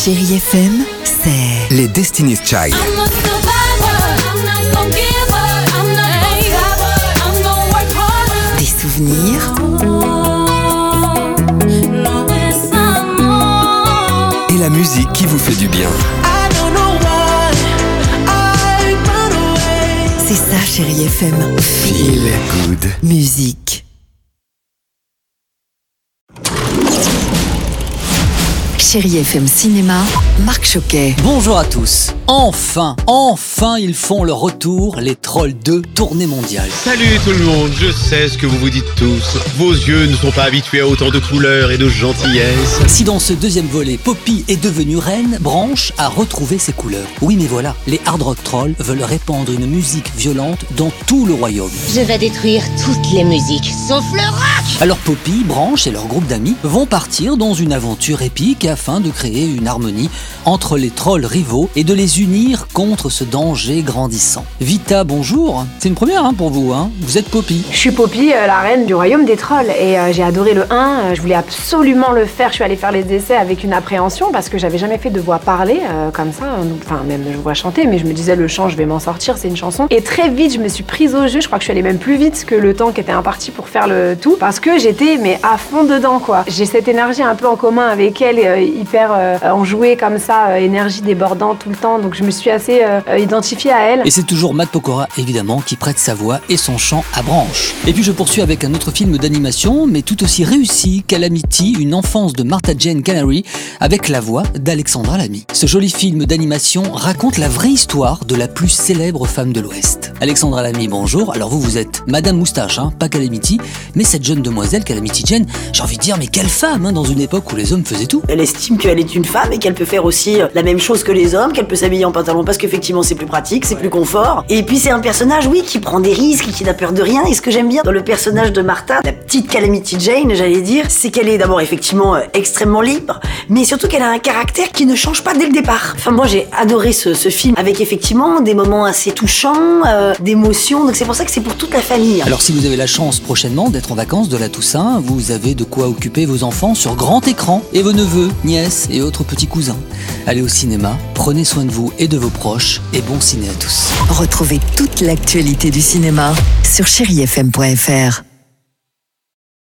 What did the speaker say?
Chérie FM, c'est les Destiny's Child. des souvenirs Et la musique qui vous fait du bien. C'est ça, Chérie FM. Feel good. Musique. Chérie FM Cinéma, Marc Choquet. Bonjour à tous. Enfin, ils font leur retour, les Trolls 2, tournée mondiale. Salut tout le monde, je sais ce que vous vous dites tous. Vos yeux ne sont pas habitués à autant de couleurs et de gentillesse. Si dans ce deuxième volet, Poppy est devenue reine, Branch a retrouvé ses couleurs. Oui, mais voilà, les hard rock trolls veulent répandre une musique violente dans tout le royaume. Je vais détruire toutes les musiques, sauf le rock. Alors Poppy, Branch et leur groupe d'amis vont partir dans une aventure épique afin de créer une harmonie entre les trolls rivaux et de les unir contre ce danger grandissant. Vita, bonjour. C'est une première pour vous, Vous êtes Poppy. Je suis Poppy, la reine du royaume des trolls, et j'ai adoré le 1, je voulais absolument le faire, je suis allée faire les essais avec une appréhension parce que j'avais jamais fait de voix parlée comme ça, enfin même de voix chantée, mais je me disais le chant je vais m'en sortir, c'est une chanson. Et très vite je me suis prise au jeu, je crois que je suis allée même plus vite que le temps qui était imparti pour faire le tout, parce que j'étais mais à fond dedans quoi. J'ai cette énergie un peu en commun avec elle, hyper enjouée comme ça, énergie débordante tout le temps, donc je me suis assez identifiée à elle. Et c'est toujours Matt Pokora, évidemment, qui prête sa voix et son chant à Branch. Et puis je poursuis avec un autre film d'animation, mais tout aussi réussi, Calamity, une enfance de Martha Jane Canary, avec la voix d'Alexandra Lamy. Ce joli film d'animation raconte la vraie histoire de la plus célèbre femme de l'Ouest. Alexandra Lamy, bonjour. Alors vous êtes Madame Moustache, pas Calamity, mais cette jeune demoiselle, Calamity Jane, j'ai envie de dire, mais quelle femme, dans une époque où les hommes faisaient tout. Elle estime qu'elle est une femme et qu'elle peut faire aussi la même chose que les hommes, qu'elle peut s'habiller en pantalon parce qu'effectivement c'est plus pratique, c'est plus confort. Et puis c'est un personnage, oui, qui prend des risques, qui n'a peur de rien. Et ce que j'aime bien dans le personnage de Martha, la petite Calamity Jane, j'allais dire, c'est qu'elle est d'abord effectivement extrêmement libre, mais surtout qu'elle a un caractère qui ne change pas dès le départ. Enfin moi j'ai adoré ce film avec effectivement des moments assez touchants, d'émotions, donc c'est pour ça que c'est pour toute la famille. Alors si vous avez la chance prochainement d'être en vacances de la Toussaint, vous avez de quoi occuper vos enfants sur grand écran et vos neveux, nièces et autres petits cousins. Allez au cinéma, prenez soin de vous et de vos proches et bon ciné à tous. Retrouvez toute l'actualité du cinéma sur chérifm.fr.